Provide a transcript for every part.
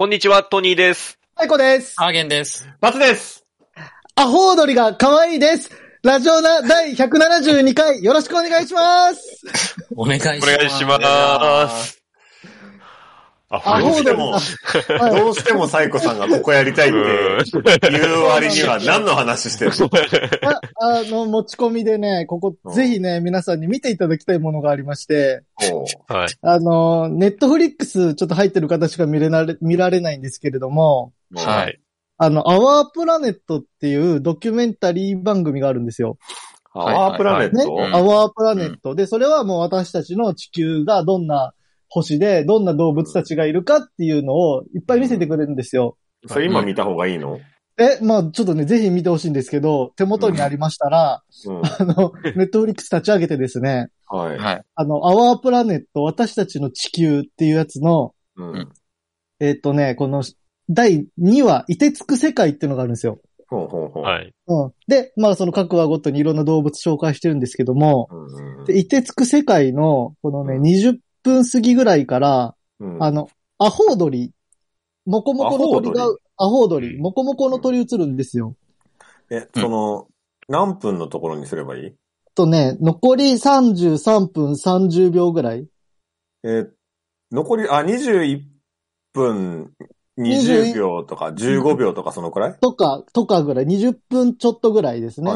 こんにちは、トニーです。 はい、こです。 アーゲンです。 バツです。 アホウドリが可愛いです。ラジオナ第172回、よろしくお願いします。 お願いします。 お願いします。 どうしてもサイコさんがここやりたいって言う割には何の話してるの持ち込みでね、ここぜひね、皆さんに見ていただきたいものがありまして、 はい。 ネットフリックスちょっと入ってる方しか見られないんですけれども、 はい。 アワープラネットっていうドキュメンタリー番組があるんですよ。 アワープラネット、 ね、アワープラネットで、それはもう私たちの地球がどんな星でどんな動物たちがいるかっていうのをいっぱい見せてくれるんですよ。 それ今見た方がいいの？ まあちょっとね、ぜひ見てほしいんですけど、手元にありましたら、ネットフリックス立ち上げてですね、 はい。 アワープラネット、私たちの地球っていうやつの、この第2話、凍てつく世界っていうのがあるんですよ。 はい。 で、まあその各話ごとにいろんな動物紹介してるんですけども、で凍てつく世界の、このね、20分過ぎぐらいから、アホウドリ、モコモコの鳥が、アホウドリ、モコモコの鳥映るんですよ。 何分のところにすればいい？ 残り33分30秒ぐらい。 残り、21分20秒とか15秒とかそのくらいとかぐらい。20分ちょっとぐらいですね。 はい。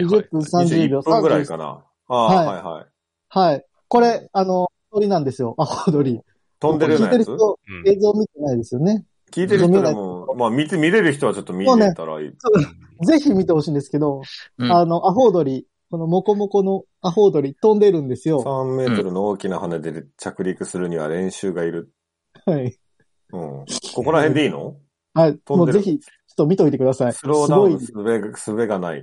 20分30秒。 21分ぐらいかな。 はい。これ、鳥なんですよ。アホウドリ。 飛んでるやつ？ 聞いてる人、映像見てないですよね。 聞いてる人でも、まあ見れる人はちょっと見れたらいい。 ぜひ見てほしいんですけど、アホウドリ、このモコモコのアホウドリ飛んでるんですよ。 3メートルの大きな羽で着陸するには練習がいる。 はい。 ここら辺でいいの？ はい。もうぜひ、ちょっと見といてください。 スローダウンすべがない。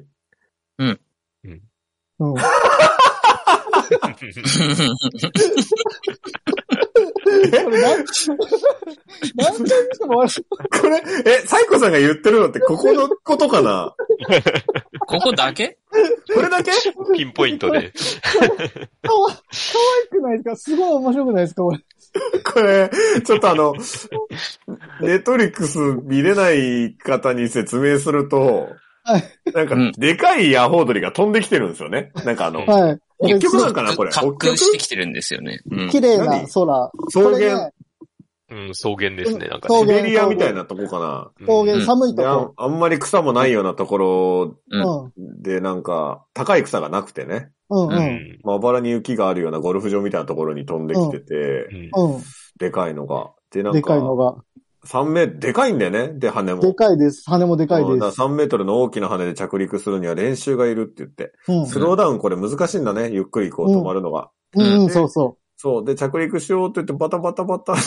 これ何回見ても笑う。 これ、サイコさんが言ってるのってここのことかな？ ここだけ？ これだけ？ ピンポイントで。 かわいくないですか？すごい面白くないですかこれ。 これ、ちょっとネットリックス見れない方に説明すると、なんか、でかいヤホウドリが飛んできてるんですよね。なんか北極なんかなこれ。 滑空してきてるんですよね。 綺麗な空。 草原。 草原ですね。なんかシベリアみたいなとこかな。 草原、寒いとこ。 あんまり草もないようなところで、なんか、高い草がなくてね。まばらに雪があるようなゴルフ場みたいなところに飛んできてて、でかいのが。で、なんか、3メートル、でかいんだよね。で、羽も。 でかいです。羽もでかいです。 3メートルの大きな羽で着陸するには練習がいるって言って。スローダウンこれ難しいんだね。ゆっくりこう止まるのが。 そうそう。 そう。で、着陸しようって言ってバタバタバタ。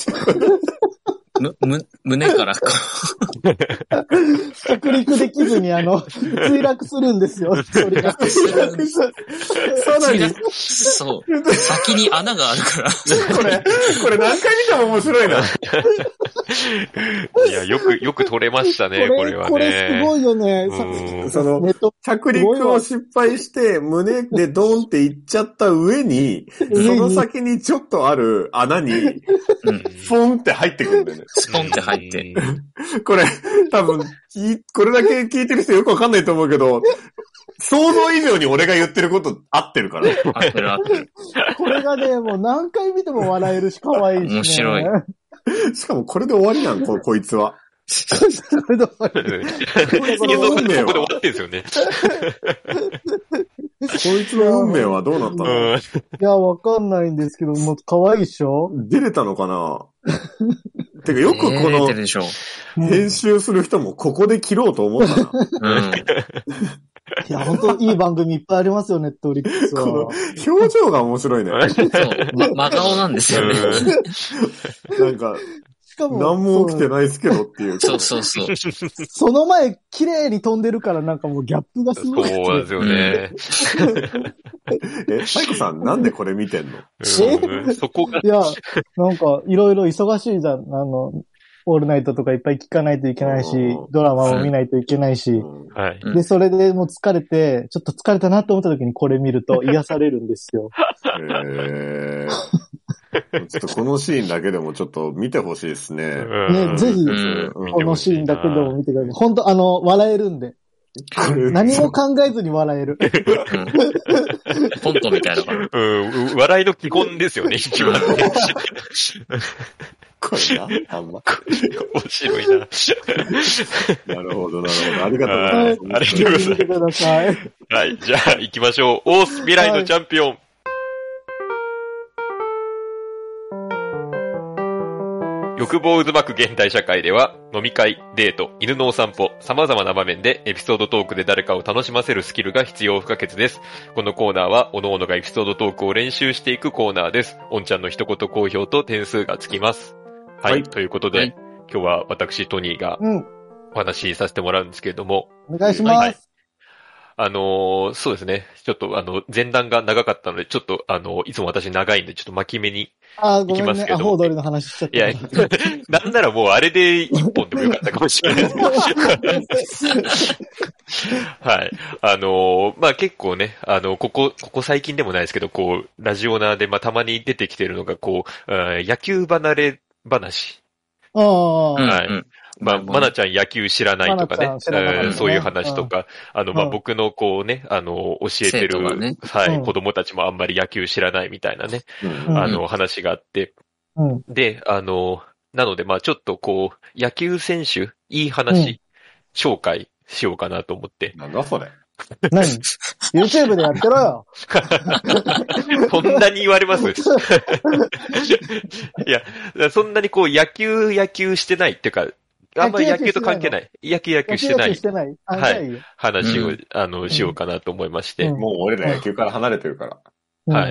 胸から着陸できずに墜落するんですよ。それが。 さらに。 そう。先に穴があるから。 これ何回見ても面白いな。 いや、よく撮れましたね、これはね。 これすごいよね。 着陸を失敗して、胸でドンっていっちゃった上に、その先にちょっとある穴に、フォンって入ってくるんだよね。 スポンって入って。 これ、多分、これだけ聞いてる人よくわかんないと思うけど、想像以上に俺が言ってること合ってるから。 合ってる。 これがね、もう何回見ても笑えるし可愛いし、ね。 面白い。 しかもこれで終わりなんこいつは。 これで終わり。 ここで終わってんですよね。 こいつの運命はどうなったの？ いや、わかんないんですけど、もう可愛いっしょ？ 出れたのかな？てかよくこの、編集する人もここで切ろうと思ったな。 いや、本当いい番組いっぱいありますよ、ネットフリックスは。 この表情が面白いね。 そう。真顔なんですよね。 なんか、しかも何も起きてないですけどっていう。 そう。 その前、綺麗に飛んでるからなんかもうギャップがすごい。 そうなんですよね。 サイコさんなんでこれ見てんの？ そこが。 いや、なんかいろいろ忙しいじゃん。オールナイトとかいっぱい聞かないといけないし、ドラマも見ないといけないし。で、それでもう疲れて、ちょっと疲れたなと思った時にこれ見ると癒されるんですよ。 ちょっとこのシーンだけでもちょっと見てほしいですね。 ね、ぜひ、このシーンだけでも見てください。本当笑えるんで。何も考えずに笑える。 コントみたいな感じ。 笑いの基本ですよね、一番ね。 これな、あんま。 面白いな。 なるほど、なるほど。ありがとうございます。 ありがとうございます。 見てください。 はい、じゃあ行きましょう。オース未来のチャンピオン。欲望渦巻く現代社会では、飲み会、デート、犬のお散歩、様々な場面でエピソードトークで誰かを楽しませるスキルが必要不可欠です。このコーナーは、各々がエピソードトークを練習していくコーナーです。おんちゃんの一言好評と点数がつきます。はい。ということで、今日は私、トニーがお話しさせてもらうんですけれども。 お願いします。はい。 そうですね。ちょっと前段が長かったので、ちょっといつも私長いんで、ちょっと巻き目に行きますけども。 アホ踊りの話しちゃった。 いや、なんならもうあれで一本でもよかったかもしれないです。はい。まあ、結構ね、ここ最近でもないですけど、こう、ラジオナーで、まあ、たまに出てきてるのが、こう、野球離れ話。はい。まあ、まなちゃん野球知らないとかね。そういう話とか、まあ、僕のこうね、教えてる、はい、子供たちもあんまり野球知らないみたいなね、話があって。で、なので、まあ、ちょっとこう、野球選手、いい話、紹介しようかなと思って。 なんだそれ。 何 ?YouTube でやってろよ。 そんなに言われますいや、そんなにこう野球してないっていうか、あんまり野球と関係ない。野球してない。はい。話を、しようかなと思いまして。 もう俺ら野球から離れてるから。 はい。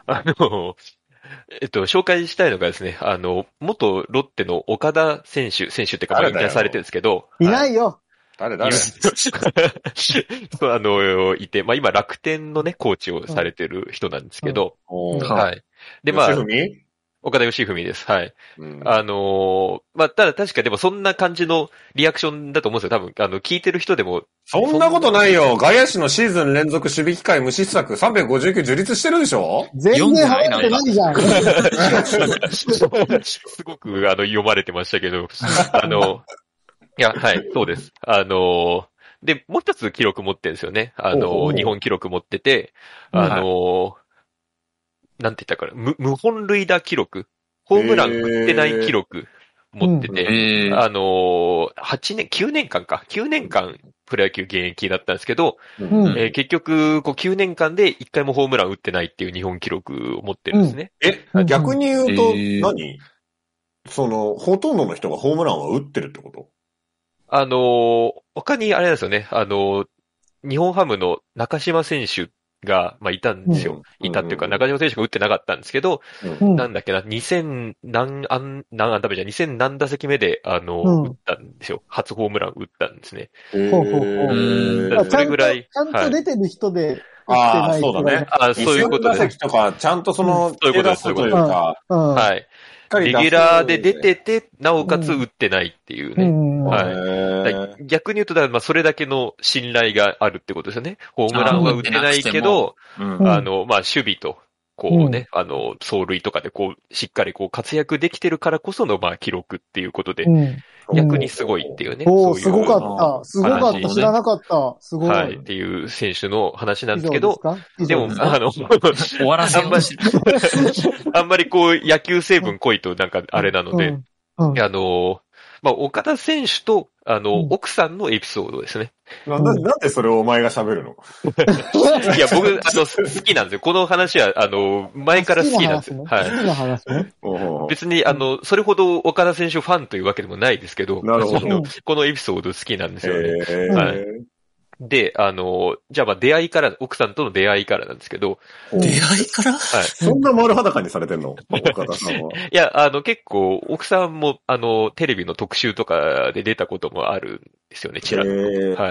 紹介したいのがですね、元ロッテの岡田選手ってか、引退されてるんですけど。 いないよ。 誰そういて、まあ今楽天のね、コーチをされてる人なんですけど。はい。で、まあ。岡田義文です。はい。まあ、ただ確かでもそんな感じのリアクションだと思うんですよ。多分、聞いてる人でも。 そんなことないよ。外野手のシーズン連続守備機会無失策359樹立してるでしょ？ 全然入ってないじゃん。 すごく、読まれてましたけど、いや、はい、そうです。で、もう一つ記録持ってるんですよね。日本記録持ってて、なんて言ったかな、無本塁打記録、ホームラン打ってない記録持ってて、9年間プロ野球現役だったんですけど、結局、こう9年間で1回もホームラン打ってないっていう日本記録を持ってるんですね。 逆に言うと何、ほとんどの人がホームランは打ってるってこと？ 他にあれなんですよね、日本ハムの中島選手が、まあ、いたんですよ。いたっていうか、中島選手が打ってなかったんですけど、なんだっけな、2000何打席目で、打ったんですよ。初ホームラン打ったんですね。 それぐらい。ちゃんと出てる人で、 そうだね。 そういうことです。 打席とか、ちゃんとそういうことです。そういうか。 はい。レギュラーで出てて、なおかつ打ってないっていうね。はい。逆に言うと、まあ、それだけの信頼があるってことですよね。ホームランは打ってないけど、まあ、守備と、こうね、走塁とかでこう、しっかりこう活躍できてるからこその、まあ、記録っていうことで、逆にすごいっていうね。 すごかった。すごかった。知らなかった。すごい。 はい。っていう選手の話なんですけど、でも、 終わらせようとしてる。あんまりこう、野球成分濃いとなんかあれなので、まあ、岡田選手と、奥さんのエピソードですね。 なんでそれをお前が喋るの？ いや、僕、好きなんですよ。この話は、前から好きなんですよ。はい。 好きな話ね。 別に、それほど岡田選手ファンというわけでもないですけど、 なるほど。 このエピソード好きなんですよね。はい。で、じゃあまあ出会いから、奥さんとの出会いからなんですけど。 出会いから？ はい。 そんな丸裸にされてんの？岡田さんは。 いや、結構、奥さんも、テレビの特集とかで出たこともあるんですよね、ちらっと。はい。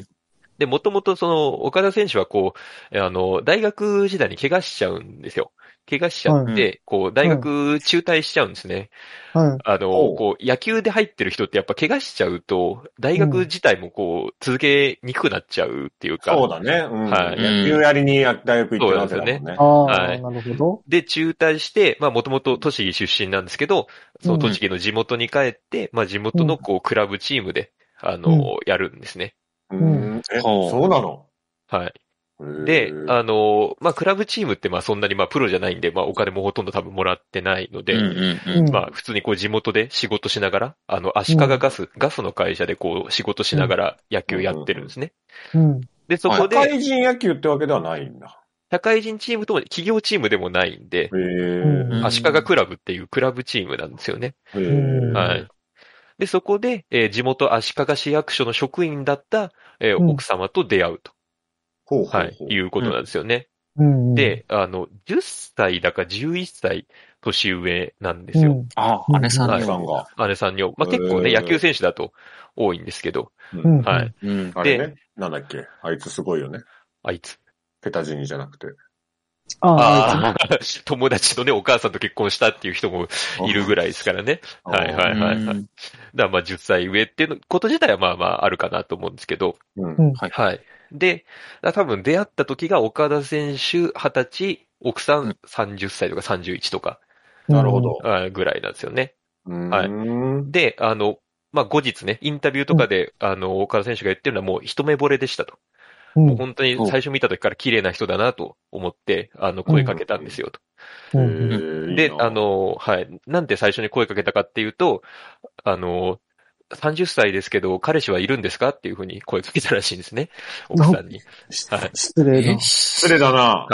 で、もともと岡田選手はこう、大学時代に怪我しちゃうんですよ。 怪我しちゃって、こう、大学中退しちゃうんですね。こう、野球で入ってる人ってやっぱ怪我しちゃうと、大学自体もこう、続けにくくなっちゃうっていうか。 そうだね。はい。野球やりに大学行ってるわけだもんね。そうですよね。 はい。なるほど。 で、中退して、まあ、もともと栃木出身なんですけど、その栃木の地元に帰って、まあ、地元のこう、クラブチームで、やるんですね。 そうなの？ はい。で、まあ、クラブチームってまあそんなにまあプロじゃないんで、まあお金もほとんど多分もらってないので、まあ普通にこう地元で仕事しながら、足利ガスの会社でこう仕事しながら野球やってるんですね。で、そこで。 社会人野球ってわけではないんだ。 社会人チームとも企業チームでもないんで、足利クラブっていうクラブチームなんですよね。はい。で、そこで、地元足利市役所の職員だった、奥様と出会うと。はい、いうことなんですよね。で、10歳だか11歳年上なんですよ。 姉さんが。 姉さんに。まあ、結構ね、野球選手だと多いんですけど。はい。 あれね、なんだっけ、あいつすごいよね。 あいつ。 ペタジニじゃなくて。 友達のね、お母さんと結婚したっていう人もいるぐらいですからね。はい。だからまあ10歳上っていうこと自体はまあまああるかなと思うんですけど。はい。で、多分出会った時が岡田選手20歳、奥さん30歳とか31とか。 なるほど。 ぐらいなんですよね。はい。で、まあ後日ね、インタビューとかで、岡田選手が言ってるのはもう一目惚れでしたと。もう本当に最初見た時から綺麗な人だなと思って、声かけたんですよと。で、はい。なんで最初に声かけたかっていうと、30歳ですけど、彼氏はいるんですかっていうふうに声かけたらしいんですね。奥さんに。 はい。失礼だな。 はい。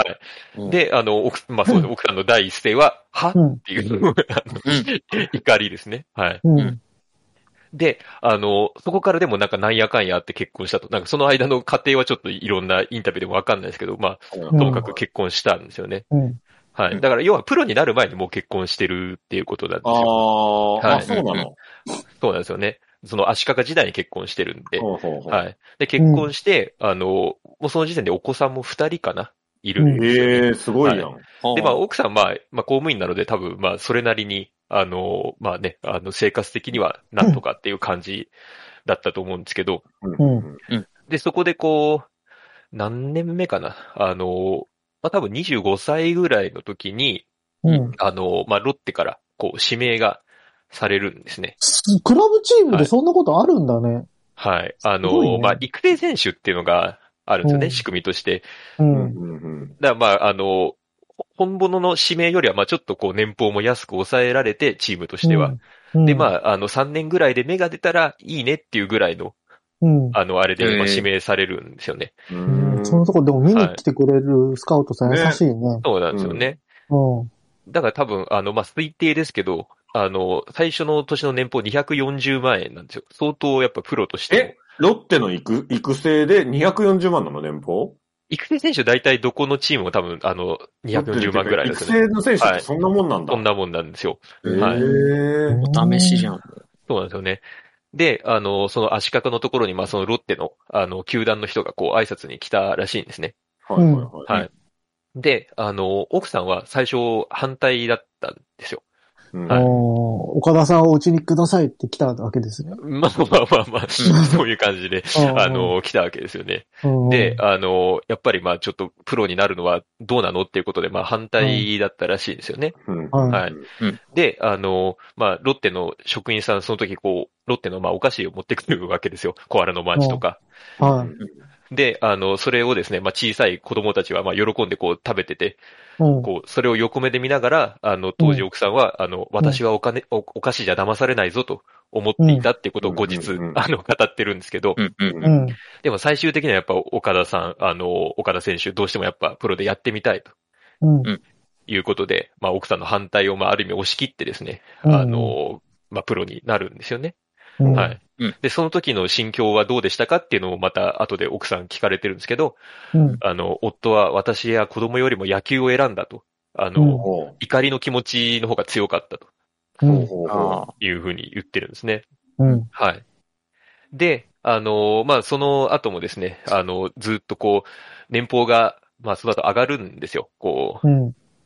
で、まあそうです。奥さんの第一声は、はっていう、怒りですね。はい。で、そこからでもなんかなんやかんやあって結婚したと。なんかその間の過程はちょっといろんなインタビューでもわかんないですけど、まあ、ともかく結婚したんですよね。はい。だから要はプロになる前にもう結婚してるっていうことなんですよ。 はい。そうなの？ そうなんですよね。その足利時代に結婚してるんで。はい。で、結婚して、もうその時点でお子さんも2人かな。いるんですよね。 すごいやん。 で、まあ奥さんまあ公務員なので多分まあそれなりに、まあね、生活的にはなんとかっていう感じだったと思うんですけど。で、そこでこう、何年目かな。まあ多分25歳ぐらいの時に、まあロッテからこう指名がされるんですね。 クラブチームでそんなことあるんだね。 はい。まあ育成選手っていうのがあるんですよね、仕組みとして。だからまあ本物の指名よりはまあちょっとこう年俸も安く抑えられて、チームとしては。で、まあ3年ぐらいで芽が出たらいいねっていうぐらいの、あれでまあ指名されるんですよね。 そのところでも見に来てくれるスカウトさん優しいね。 そうなんですよね。だから多分、まあ推定ですけど、最初の年の年俸240万円なんですよ。相当やっぱプロとして。 ロッテの育成で240万なの年俸？ 育成選手大体どこのチームも多分、240万ぐらいですね。 育成の選手ってそんなもんなんだ。 そんなもんなんですよ。 はい。お試しじゃん。 そうなんですよね。で、その足利のところに、まあ、そのロッテの、球団の人がこう、挨拶に来たらしいんですね。はい。で、奥さんは最初反対だったんですよ。 岡田さんをうちにくださいって来たわけですね。 まあ、そういう感じで、来たわけですよね。で、やっぱりまあちょっとプロになるのはどうなのっていうことで、まあ反対だったらしいですよね。はい。で、まあロッテの職員さん、その時こう、ロッテのまあお菓子を持ってくるわけですよ。コアラのマーチとか。で、それをですね、まあ小さい子供たちはまあ喜んでこう食べてて、こう、それを横目で見ながら、当時奥さんは、私はお菓子じゃ騙されないぞと思っていたっていうことを後日、語ってるんですけど、でも最終的にはやっぱ岡田さん、岡田選手、どうしてもやっぱプロでやってみたいと。いうことで、まあ奥さんの反対をまあある意味押し切ってですね、まあプロになるんですよね。はい。で、その時の心境はどうでしたかっていうのをまた後で奥さん聞かれてるんですけど、夫は私や子供よりも野球を選んだと。怒りの気持ちの方が強かったと。いうふうに言ってるんですね。はい。で、まあ、その後もですね、ずっとこう、年俸が、まあ、その後上がるんですよ。こう、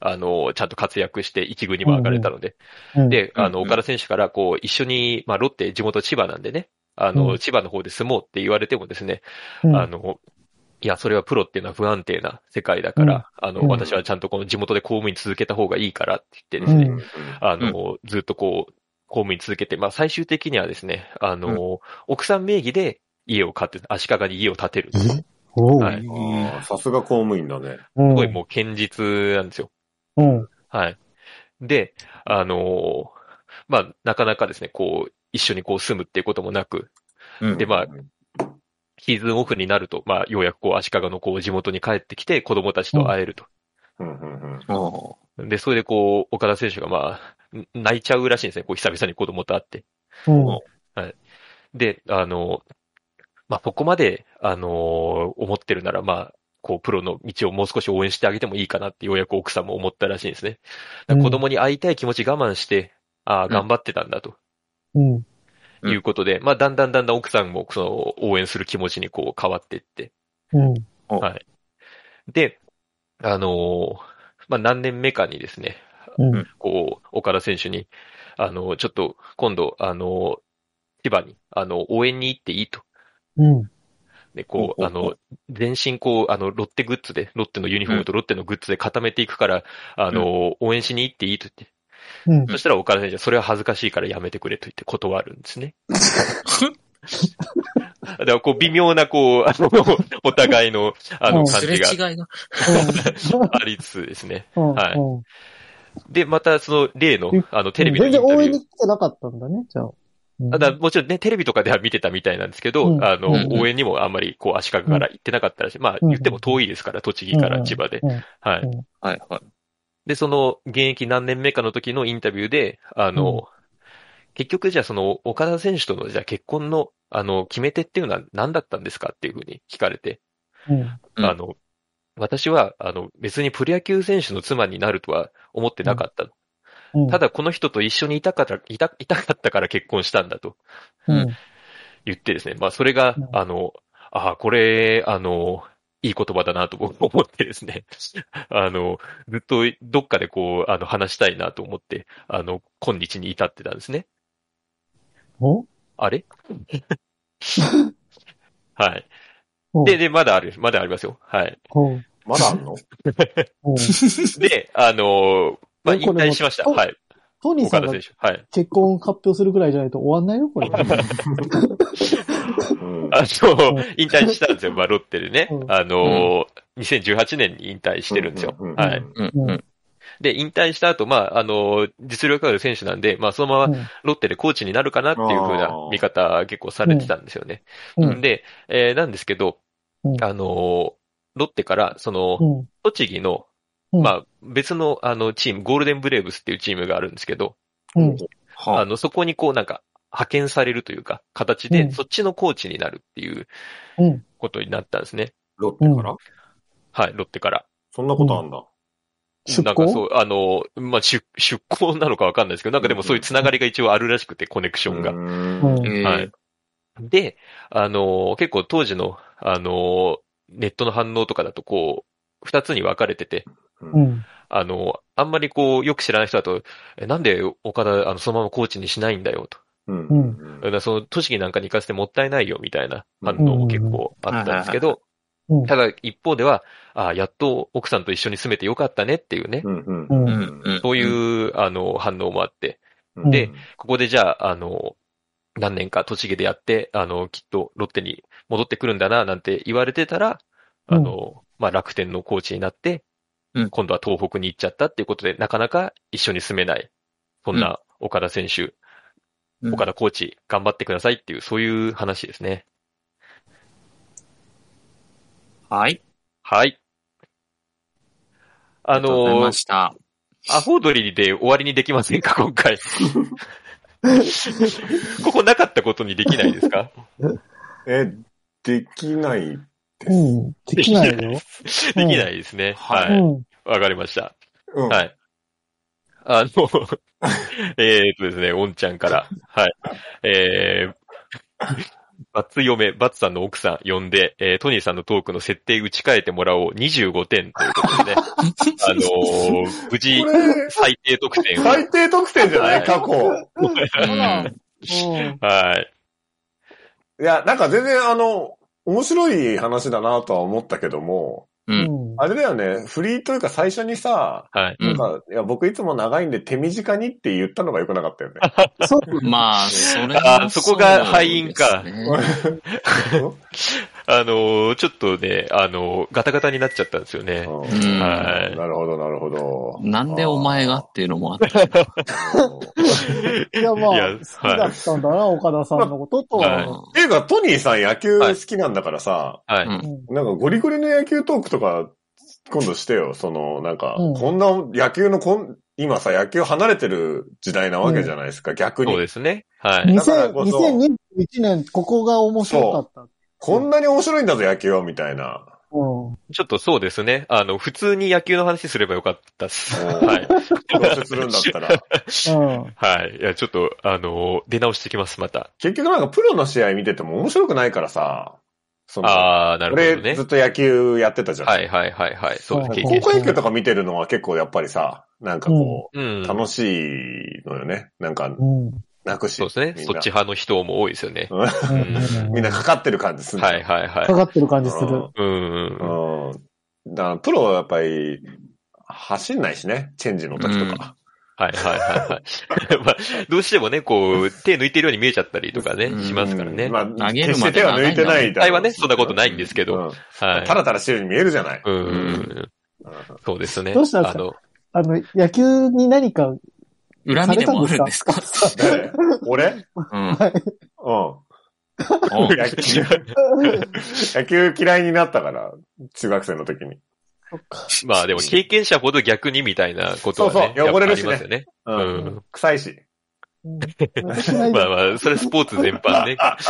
ちゃんと活躍して一軍にも上がれたので。で、岡田選手からこう、一緒に、まあ、ロッテ、地元千葉なんでね、千葉の方で住もうって言われてもですね、いや、それはプロっていうのは不安定な世界だから、私はちゃんとこの地元で公務員続けた方がいいからって言ってですね、ずっとこう、公務員続けて、まあ最終的にはですね、奥さん名義で家を買って、足利に家を建てる。 はい。さすが公務員だね。 すごいもう堅実なんですよ。はい。で、まあなかなかですね、こう、一緒にこう住むっていうこともなく、で、まあ、シーズンオフになると、まあ、ようやくこう、足利のこう、地元に帰ってきて、子供たちと会えると。で、それでこう、岡田選手がまあ、泣いちゃうらしいんですね。こう、久々に子供と会って。はい。で、まあ、そこまで、思ってるなら、まあ、こう、プロの道をもう少し応援してあげてもいいかなって、ようやく奥さんも思ったらしいんですね。子供に会いたい気持ち我慢して、頑張ってたんだと。いうことで、まあ、だんだん奥さんも、その、応援する気持ちにこう、変わっていって。はい。で、まあ、何年目かにですね、こう、岡田選手に、ちょっと、今度、千葉に、応援に行っていいと。で、こう、全身こう、ロッテグッズで、ロッテのユニフォームとロッテのグッズで固めていくから、応援しに行っていいと言って。そしたら岡田選手はそれは恥ずかしいからやめてくれと言って断るんですね。だからこう微妙なこう、お互いの、感じが。 すれ違いが。 ありつつですね。はい。で、またその例の、テレビのインタビュー。 全然応援に来てなかったんだね、じゃあ。 もちろんね、テレビとかでは見てたみたいなんですけど、応援にもあんまりこう足利から行ってなかったらしい。まあ言っても遠いですから、栃木から千葉で。はい。 はい、はい。 で、その現役何年目かの時のインタビューで、結局じゃあその岡田選手とのじゃあ結婚の決め手っていうのは何だったんですかっていうふうに聞かれて、私は別にプロ野球選手の妻になるとは思ってなかった。ただこの人と一緒にいたかったから結婚したんだと。言ってですね。まあそれが、これ、いい言葉だなと僕思ってですね。ずっとどっかでこう、話したいなと思って、今日に至ってたんですね。あれはい。で、まだありますよ。はい。 まだあんので、まあ、引退しました。はい。 トニーさんが結婚発表するぐらいじゃないと終わんないよ、これ。 引退したんですよ、まあ、ロッテでね。2018年に引退してるんですよ。はい。で、引退した後、まあ、実力ある選手なんで、まあ、そのままロッテでコーチになるかなっていう風な見方結構されてたんですよね。で、なんですけど、ロッテから、その、栃木の、まあ、別の、チーム、ゴールデンブレーブスっていうチームがあるんですけど、そこにこうなんか、派遣されるというか、形で、そっちのコーチになるっていうことになったんですね。 ロッテからはい、ロッテから。 そんなことあんだ。 なんかそう、まあ、出向なのかわかんないですけど、なんかでもそういうつながりが一応あるらしくて、コネクションが。はい。で、結構当時の、ネットの反応とかだとこう、二つに分かれてて、あんまりこう、よく知らない人だと、なんで岡田、そのままコーチにしないんだよと。だからその、栃木なんかに行かせてもったいないよみたいな反応も結構あったんですけど、ただ一方では、やっと奥さんと一緒に住めてよかったねっていうね、そういう、反応もあって、で、ここでじゃあ、何年か栃木でやって、きっとロッテに戻ってくるんだな、なんて言われてたら、まあ、楽天のコーチになって、今度は東北に行っちゃったっていうことで、なかなか一緒に住めない。そんな岡田選手、岡田コーチ、頑張ってくださいっていう、そういう話ですね。 はい。 はい。 ありがとうございました。 アホ踊りで終わりにできませんか、今回。ここなかったことにできないですか？ できないです。 できないよ。 できないですね。はい。わかりました。はい。ですね、おんちゃんから。はい。 バツ嫁、バツさんの奥さん呼んで、トニーさんのトークの設定打ち替えてもらおう25点ということでね。無事、最低得点を。 最低得点じゃない、過去。 はい。 いや、なんか全然面白い話だなとは思ったけども、あれだよね、フリーというか最初にさ、なんか、いや、僕いつも長いんで手短にって言ったのが良くなかったよね。 まあ、それはそこが敗因か。ちょっとね、ガタガタになっちゃったんですよね。 はい。なるほど、なるほど。 なんでお前がっていうのもあった。 いや、まあ、好きだったんだな、岡田さんのこととは。 っていうか、トニーさん野球好きなんだからさ、なんかゴリゴリの野球トークとか、今度してよ。なんか、こんな野球の今さ、野球離れてる時代なわけじゃないですか、逆に。 そうですね。はい。 2021年、ここが面白かった。 こんなに面白いんだぞ、野球は、みたいな。 ちょっとそうですね。普通に野球の話すればよかったっす。はい。 どうせするんだったら。 はい。いや、ちょっと、出直してきます、また。 結局なんかプロの試合見てても面白くないからさ。 なるほどね。 俺ずっと野球やってたじゃん。 はい。そうです。 高校野球とか見てるのは結構やっぱりさ、なんかこう、楽しいのよね。なんか、泣くし。 そうですね。そっち派の人も多いですよね。 みんなかかってる感じする。 はい。 かかってる感じする。 だからプロはやっぱり、走んないしね。チェンジの時とか。 はい。まあ、どうしてもね、こう、手抜いてるように見えちゃったりとかね、しますからね。 まあ、投げるまで手は抜いてないだろう。実際はね、そんなことないんですけど。はい。 タラタラしてるように見えるじゃない。 そうですね。 どうしたんですか野球に何か、 恨みでもあるんですか俺はい。野球嫌いになったから、中学生の時に。 まあでも経験者ほど逆にみたいなことはね。 そう、汚れるしね。 ありますよね。 臭いし。 まあ、それスポーツ全般ね。だ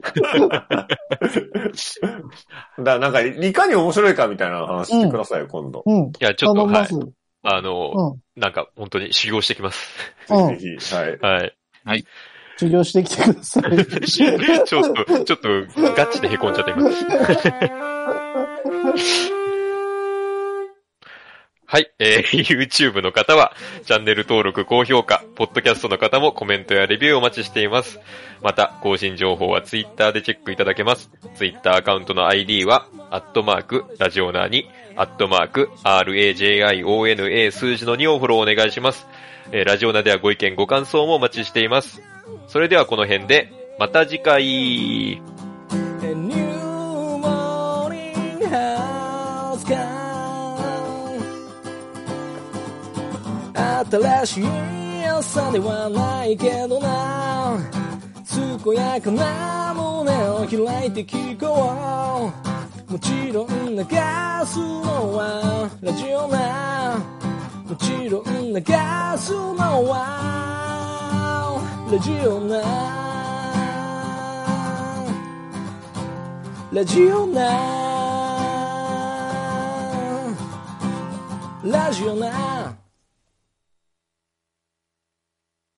からなんか、いかに面白いかみたいな話してくださいよ、今度。 いや、ちょっと、はい。なんか、本当に修行してきます。 ぜひ、 はい。 修行してきてください。 ちょっと、ガチで凹んじゃってます。はい。YouTube の方は、チャンネル登録、高評価、ポッドキャストの方もコメントやレビューをお待ちしています。また、更新情報は Twitter でチェックいただけます。Twitter アカウントの ID は、ラジオナーに、RAJIONA 数字の2をフォローお願いします。ラジオナではご意見ご感想もお待ちしています。それではこの辺で、また次回。新しい朝ではないけどな、健やかな胸を開いて聞こう。もちろん流すのはラジオな、もちろん流すのはラジオな、ラジオな、ラジオな。